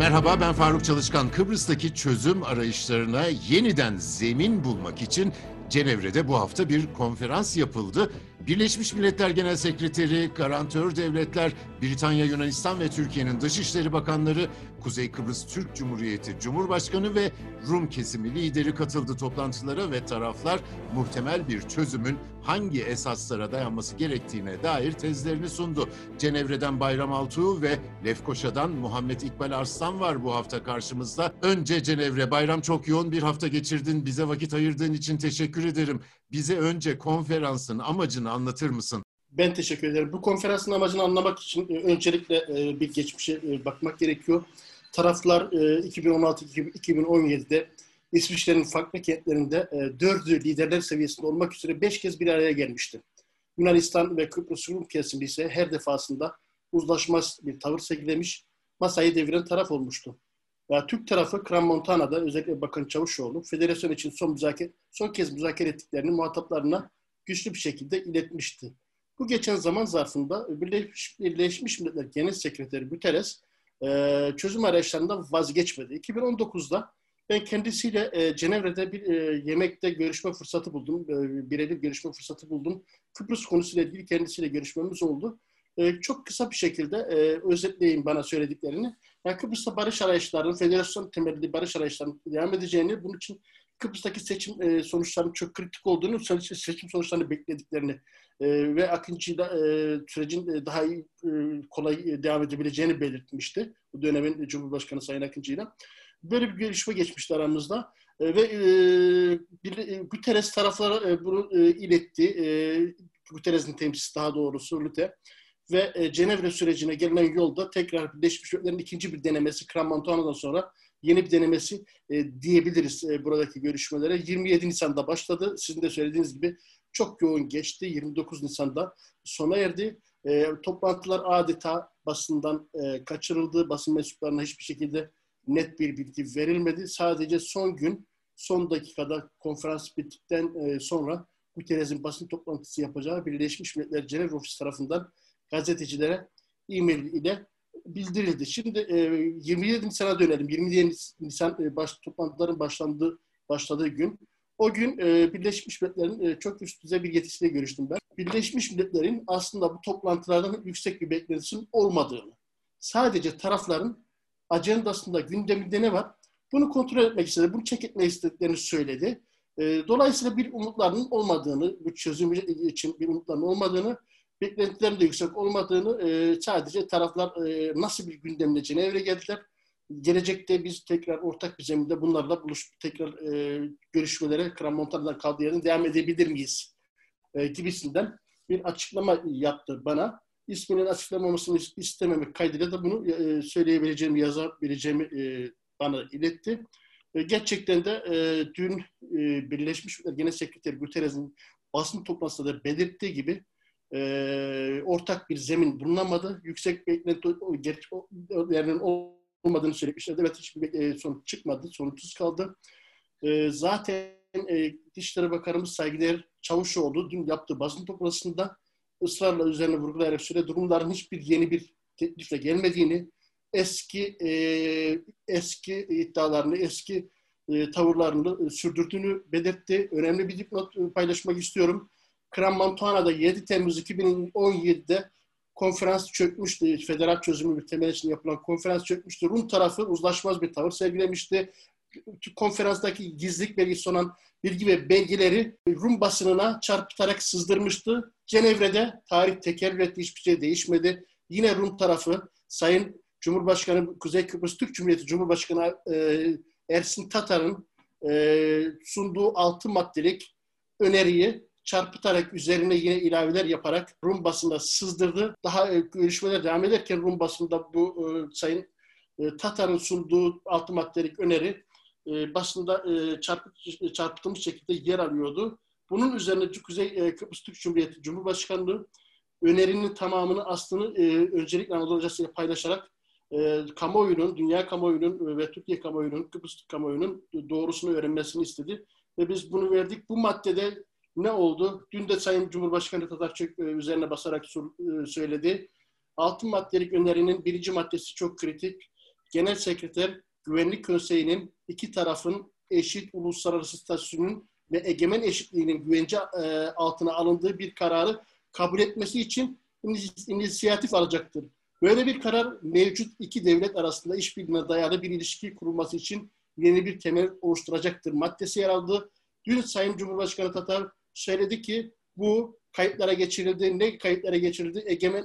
Merhaba, ben Faruk Çalışkan. Kıbrıs'taki çözüm arayışlarına yeniden zemin bulmak için Cenevre'de bu hafta bir konferans yapıldı. Birleşmiş Milletler Genel Sekreteri, garantör devletler, Britanya, Yunanistan ve Türkiye'nin Dışişleri Bakanları, Kuzey Kıbrıs Türk Cumhuriyeti Cumhurbaşkanı ve Rum kesimi lideri katıldı toplantılara ve taraflar muhtemel bir çözümün hangi esaslara dayanması gerektiğine dair tezlerini sundu. Cenevre'den Bayram Altuğ ve Lefkoşa'dan Muhammed İkbal Arslan var bu hafta karşımızda. Önce Cenevre. Bayram, çok yoğun bir hafta geçirdin. Bize vakit ayırdığın için teşekkür ederim. Bize önce konferansın amacını anlatır mısın? Ben teşekkür ederim. Bu konferansın amacını anlamak için öncelikle bir geçmişe bakmak gerekiyor. Taraflar 2016-2017'de İsviçre'nin farklı kentlerinde 4'ü liderler seviyesinde olmak üzere 5 kez bir araya gelmişti. Yunanistan ve Kıbrıs Rum kesimi ise her defasında uzlaşmaz bir tavır sergilemiş, masayı deviren taraf olmuştu. Türk tarafı Crans-Montana'da özellikle Bakan Çavuşoğlu, federasyon için son kez müzakere ettiklerini muhataplarına güçlü bir şekilde iletmişti. Bu geçen zaman zarfında Birleşmiş Milletler Genel Sekreteri Guterres çözüm arayışlarından vazgeçmedi. 2019'da ben kendisiyle Cenevre'de bir yemekte görüşme fırsatı buldum. Birebir görüşme fırsatı buldum. Kıbrıs konusuyla ilgili kendisiyle görüşmemiz oldu. Çok kısa bir şekilde özetleyeyim bana söylediklerini. Kıbrıs'ta barış arayışlarının, federasyon temelli barış arayışlarının devam edeceğini, bunun için Kıbrıs'taki seçim sonuçlarının çok kritik olduğunu, seçim sonuçlarını beklediklerini ve Akıncı'yla sürecin daha iyi, kolay devam edebileceğini belirtmişti. Bu dönemin Cumhurbaşkanı Sayın Akıncı'yla. Böyle bir görüşme geçmişti aramızda. Ve Guterres taraflara bunu iletti. Guterres'in temsilcisi daha doğrusu Lüte. Ve Cenevre sürecine gelinen yolda tekrar Birleşmiş Milletler'in ikinci bir denemesi, Crans-Montana'dan sonra yeni bir denemesi diyebiliriz buradaki görüşmelere. 27 Nisan'da başladı. Sizin de söylediğiniz gibi çok yoğun geçti. 29 Nisan'da sona erdi. Toplantılar adeta basından kaçırıldı. Basın mensuplarına hiçbir şekilde net bir bilgi verilmedi. Sadece son gün, son dakikada konferans bittikten sonra Guterres'in basın toplantısı yapacağı Birleşmiş Milletler Cenevre Ofisi tarafından gazetecilere e-mail ile bildirildi. Şimdi 27 Nisan'a dönelim. 27 Nisan toplantıların başladığı gün. O gün Birleşmiş Milletler'in çok üst düzey bir yetkisiyle görüştüm ben. Birleşmiş Milletler'in aslında bu toplantılardan yüksek bir beklentisinin olmadığını, sadece tarafların ajandasında, gündeminde ne var? Bunu kontrol etmek istedi, bunu check etmek istediklerini söyledi. Dolayısıyla bir umutlarının olmadığını, bu çözüm için bir umutlarının olmadığını, beklentilerin de yüksek olmadığını, sadece taraflar nasıl bir gündemle Cenevre'ye geldiler. Gelecekte biz tekrar ortak bir zeminde bunlarla buluşup tekrar görüşmelere Crans-Montana'dan kaldığı yerden devam edebilir miyiz? Gibisinden bir açıklama yaptı bana. İsminin açıklamamasını istememek kaydıyla da bunu söyleyebileceğimi, yazabileceğimi bana iletti. Gerçekten de dün Birleşmiş Milletler Genel Sekreteri Guterres'in basın toplantısında da belirttiği gibi ortak bir zemin bulunamadı. Yüksek beklentilerinin olmadığını söylemişlerdi. Evet, hiçbir sonuç çıkmadı. Sonuçsuz kaldı. Zaten Dışişleri Bakanımız saygıdeğer Çavuşoğlu dün yaptığı basın toplantısında ısrarla üzerine vurgulayarak söyledi. Durumların hiçbir yeni bir teklifle gelmediğini, eski iddialarını, eski tavırlarını sürdürdüğünü belirtti. Önemli bir dipnot paylaşmak istiyorum. Crans-Montana'da 7 Temmuz 2017'de konferans çökmüştü. Federal çözümü bir temel için yapılan konferans çökmüştü. Rum tarafı uzlaşmaz bir tavır sergilemişti. Konferanstaki gizlilik belgesi olan bilgi ve belgeleri Rum basınına çarpıtarak sızdırmıştı. Cenevre'de tarih tekerrür etti, hiçbir şey değişmedi. Yine Rum tarafı Sayın Cumhurbaşkanı, Kuzey Kıbrıs Türk Cumhuriyeti Cumhurbaşkanı Ersin Tatar'ın sunduğu 6 maddelik öneriyi çarpıtarak üzerine yine ilaveler yaparak Rum basında sızdırdı. Daha görüşmeler devam ederken Rum basında bu Sayın Tatar'ın sunduğu 6 maddelik öneri basında çarpıtılmış şekilde yer alıyordu. Bunun üzerine Kuzey Kıbrıs Türk Cumhuriyeti Cumhurbaşkanlığı önerinin tamamını, aslını öncelikle Anadolu Ajansı ile paylaşarak kamuoyunun, dünya kamuoyunun ve Türkiye kamuoyunun, Kıbrıs kamuoyunun doğrusunu öğrenmesini istedi. Ve biz bunu verdik. Bu maddede ne oldu? Dün de Sayın Cumhurbaşkanı Tatarçık üzerine basarak söyledi. 6 maddelik önerinin 1. maddesi çok kritik. Genel Sekreter Güvenlik Konseyi'nin iki tarafın eşit uluslararası statüsünün ve egemen eşitliğinin güvence altına alındığı bir kararı kabul etmesi için inisiyatif alacaktır. Böyle bir karar mevcut iki devlet arasında işbirliğine dayalı bir ilişki kurulması için yeni bir temel oluşturacaktır maddesi yer aldı. Dün Sayın Cumhurbaşkanı Tatar söyledi ki bu kayıtlara geçirildi. Ne kayıtlara geçirildi?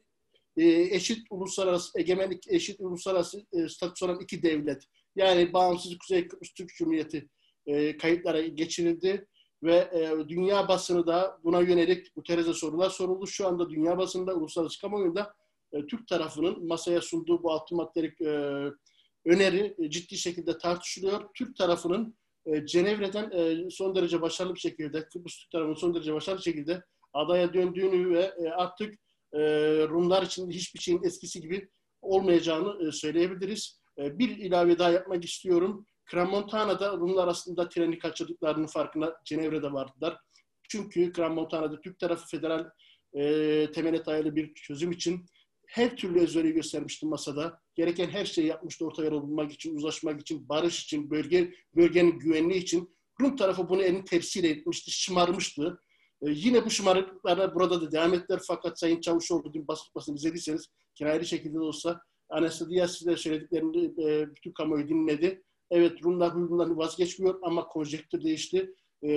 Egemenlik eşit uluslararası statüsü olan iki devlet. Yani bağımsız Kuzey Kıbrıs Türk Cumhuriyeti kayıtlara geçirildi ve dünya basını da buna yönelik Guterres'e sorular soruldu. Şu anda dünya basında, uluslararası kamuoyunda Türk tarafının masaya sunduğu bu altı maddelik öneri ciddi şekilde tartışılıyor. Türk tarafının Cenevre'den son derece başarılı bir şekilde, Kıbrıs Türk tarafının son derece başarılı bir şekilde adaya döndüğünü ve artık Rumlar için hiçbir şeyin eskisi gibi olmayacağını söyleyebiliriz. Bir ilave daha yapmak istiyorum. Crans-Montana'da Rumlar aslında treni kaçırdıklarının farkına Cenevre'de vardılar. Çünkü Crans-Montana'da Türk tarafı federal temele dayalı bir çözüm için her türlü özveri göstermişti masada. Gereken her şeyi yapmıştı orta yolu bulmak için, uzlaşmak için, barış için, bölgenin güvenliği için. Rum tarafı bunu elini tepsiyle etmişti, şımarmıştı. Yine bu şımarıklara burada da devam ettiler. Fakat Sayın Çavuşoğlu dün basın izlediyseniz ayrı şekilde de olsa Anastasiadis'le söylediklerini bütün kamuoyu dinledi. Evet, Rumlar huyundan vazgeçmiyor ama konjektür değişti.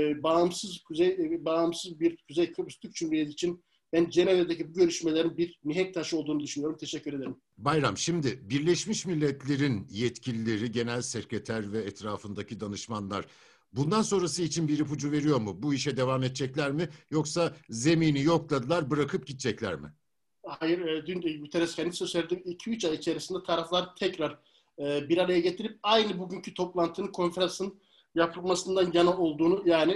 Bağımsız bir Kuzey Kıbrıs Türk Cumhuriyeti için ben Cenevre'deki bu görüşmelerin bir mihenk taşı olduğunu düşünüyorum. Teşekkür ederim. Bayram, şimdi Birleşmiş Milletler'in yetkilileri, genel sekreter ve etrafındaki danışmanlar bundan sonrası için bir ipucu veriyor mu? Bu işe devam edecekler mi? Yoksa zemini yokladılar, bırakıp gidecekler mi? Hayır, dün de Guterres kendisi söyledi. 2-3 ay içerisinde taraflar tekrar bir araya getirip aynı bugünkü toplantının, konferansın yapılmasından yana olduğunu, yani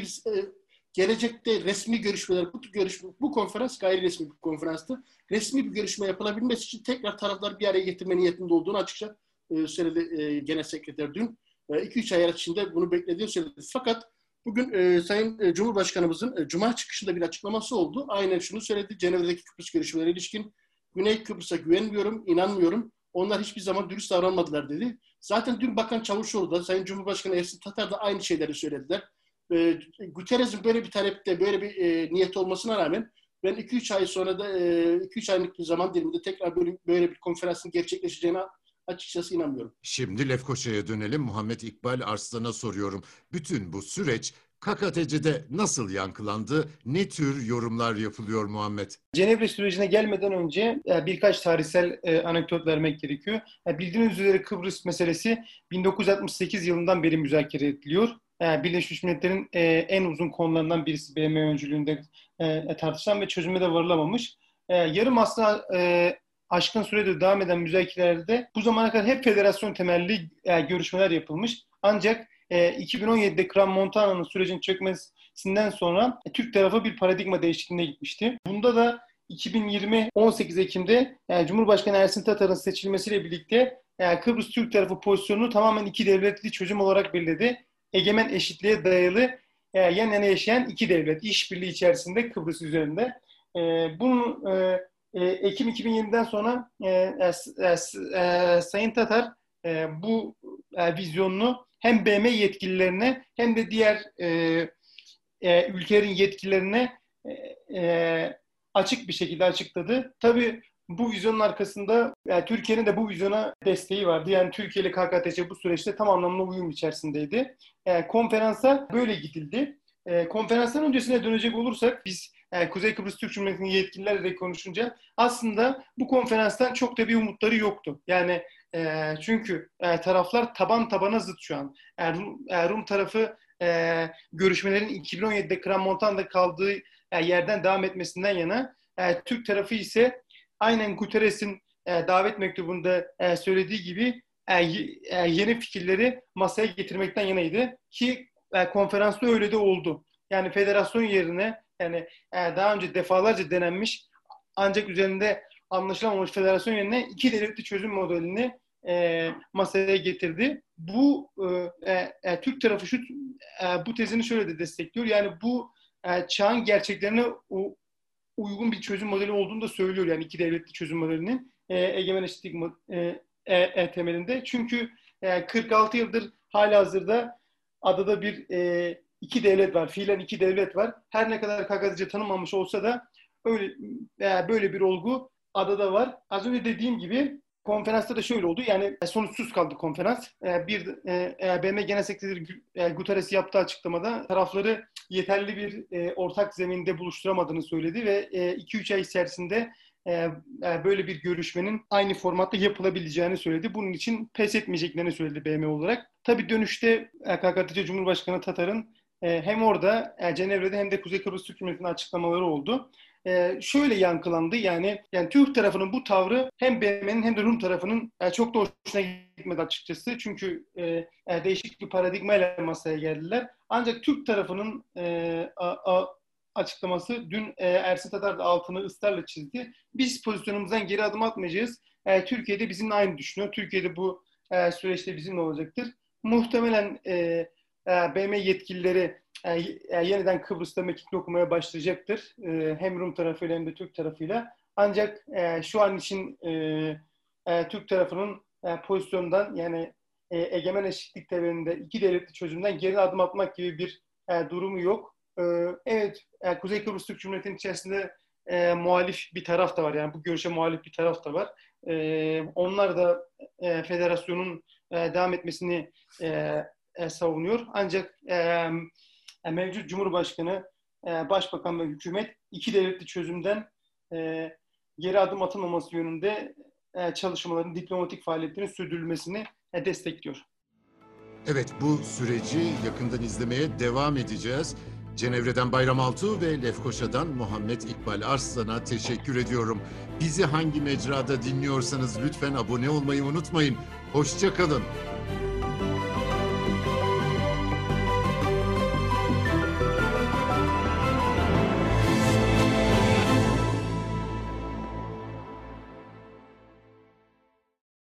gelecekte resmi görüşmeler, bu konferans gayri resmi bir konferanstı. Resmi bir görüşme yapılabilmesi için tekrar taraflar bir araya getirme niyetinde olduğunu açıkça söyledi Genel Sekreter dün. 2-3 ay içinde bunu beklediğini söyledi. Fakat bugün Sayın Cumhurbaşkanımızın Cuma çıkışında bir açıklaması oldu. Aynen şunu söyledi. Cenevre'deki Kıbrıs görüşmelerine ilişkin Güney Kıbrıs'a güvenmiyorum, inanmıyorum. Onlar hiçbir zaman dürüst davranmadılar dedi. Zaten dün Bakan Çavuşoğlu da, Sayın Cumhurbaşkanı Ersin Tatar da aynı şeyleri söylediler. Guterres'in böyle bir talepte, böyle bir niyet olmasına rağmen ben 2-3 ay sonra da 2-3 aylık bir zaman diliminde tekrar böyle bir konferansın gerçekleşeceğine açıkçası inanmıyorum. Şimdi Lefkoşa'ya dönelim. Muhammed İkbal Arslan'a soruyorum. Bütün bu süreç KKTC'de nasıl yankılandı? Ne tür yorumlar yapılıyor Muhammed? Cenevre sürecine gelmeden önce birkaç tarihsel anekdot vermek gerekiyor. Bildiğiniz üzere Kıbrıs meselesi 1968 yılından beri müzakere ediliyor. Birleşmiş Milletler'in en uzun konularından birisi, BM öncülüğünde tartışılan ve çözüme de varılamamış. Yarım asra aşkın süredir devam eden müzakerelerde bu zamana kadar hep federasyon temelli görüşmeler yapılmış. Ancak 2017'de Crans-Montana'nın sürecin çökmesinden sonra Türk tarafı bir paradigma değişikliğine gitmişti. Bunda da 2020 18 Ekim'de Cumhurbaşkanı Ersin Tatar'ın seçilmesiyle birlikte Kıbrıs Türk tarafı pozisyonunu tamamen iki devletli çözüm olarak belirledi. Egemen eşitliğe dayalı yan yana yaşayan iki devlet işbirliği içerisinde Kıbrıs üzerinde. Bunun Ekim 2020'den sonra Sayın Tatar bu vizyonunu hem BM yetkililerine hem de diğer ülkelerin yetkililerine açık bir şekilde açıkladı. Tabii bu vizyonun arkasında Türkiye'nin de bu vizyona desteği vardı. Yani Türkiye ile KKTC bu süreçte tam anlamda uyum içerisindeydi. Konferansa böyle gidildi. Konferanstan öncesine dönecek olursak biz Kuzey Kıbrıs Türk Cumhuriyeti'nin yetkililerle konuşunca aslında bu konferanstan çok da bir umutları yoktu. Yani çünkü taraflar taban tabana zıt şu an. Rum tarafı görüşmelerin 2017'de Crans-Montana'da kaldığı yerden devam etmesinden yana, Türk tarafı ise aynen Guterres'in davet mektubunda söylediği gibi yeni fikirleri masaya getirmekten yanaydı ki konferansta öyle de oldu. Yani federasyon yerine yani daha önce defalarca denenmiş ancak üzerinde anlaşılamamış federasyon yerine iki devletli çözüm modelini masaya getirdi. Bu Türk tarafı bu tezini şöyle de destekliyor. Yani bu çağın gerçeklerine uygun bir çözüm modeli olduğunu da söylüyor. Yani iki devletli çözüm modelinin egemen eşitlik temelinde. Çünkü 46 yıldır halihazırda adada iki devlet var. Fiilen iki devlet var. Her ne kadar KKTC tanınmamış olsa da öyle böyle bir olgu adada var. Az önce dediğim gibi konferansta da şöyle oldu. Yani sonuçsuz kaldı konferans. BM Genel Sekreteri Guterres yaptığı açıklamada tarafları yeterli bir ortak zeminde buluşturamadığını söyledi ve 2-3 ay içerisinde böyle bir görüşmenin aynı formatta yapılabileceğini söyledi. Bunun için pes etmeyeceklerini söyledi BM olarak. Tabii dönüşte KKTC Cumhurbaşkanı Tatar'ın hem orada Cenevre'de hem de Kuzey Kıbrıs Türk Cumhuriyeti'nin açıklamaları oldu. Şöyle yankılandı, yani Türk tarafının bu tavrı hem BM'nin hem de Rum tarafının çok da hoşuna gitmedi açıkçası. Çünkü değişik bir paradigmayla masaya geldiler. Ancak Türk tarafının açıklaması dün Ersin Tatar da altını ısrarla çizdi. Biz pozisyonumuzdan geri adım atmayacağız. Türkiye'de bizimle aynı düşünüyor. Türkiye'de bu süreçte bizimle olacaktır. Muhtemelen BM yetkilileri yeniden Kıbrıs'ta mekik okumaya başlayacaktır. Hem Rum tarafıyla hem de Türk tarafıyla. Ancak şu an için Türk tarafının pozisyondan, yani egemen eşitlik temelinde iki devletli çözümden geri adım atmak gibi bir durumu yok. Evet, Kuzey Kıbrıs Türk Cumhuriyeti'nin içerisinde muhalif bir taraf da var. Yani bu görüşe muhalif bir taraf da var. Onlar da federasyonun devam etmesini savunuyor. Ancak mevcut Cumhurbaşkanı, Başbakan ve hükümet iki devletli çözümden geri adım atılmaması yönünde çalışmaların, diplomatik faaliyetlerin sürdürülmesini destekliyor. Evet, bu süreci yakından izlemeye devam edeceğiz. Cenevre'den Bayram Altuğ ve Lefkoşa'dan Muhammed İkbal Arslan'a teşekkür ediyorum. Bizi hangi mecrada dinliyorsanız lütfen abone olmayı unutmayın. Hoşça kalın.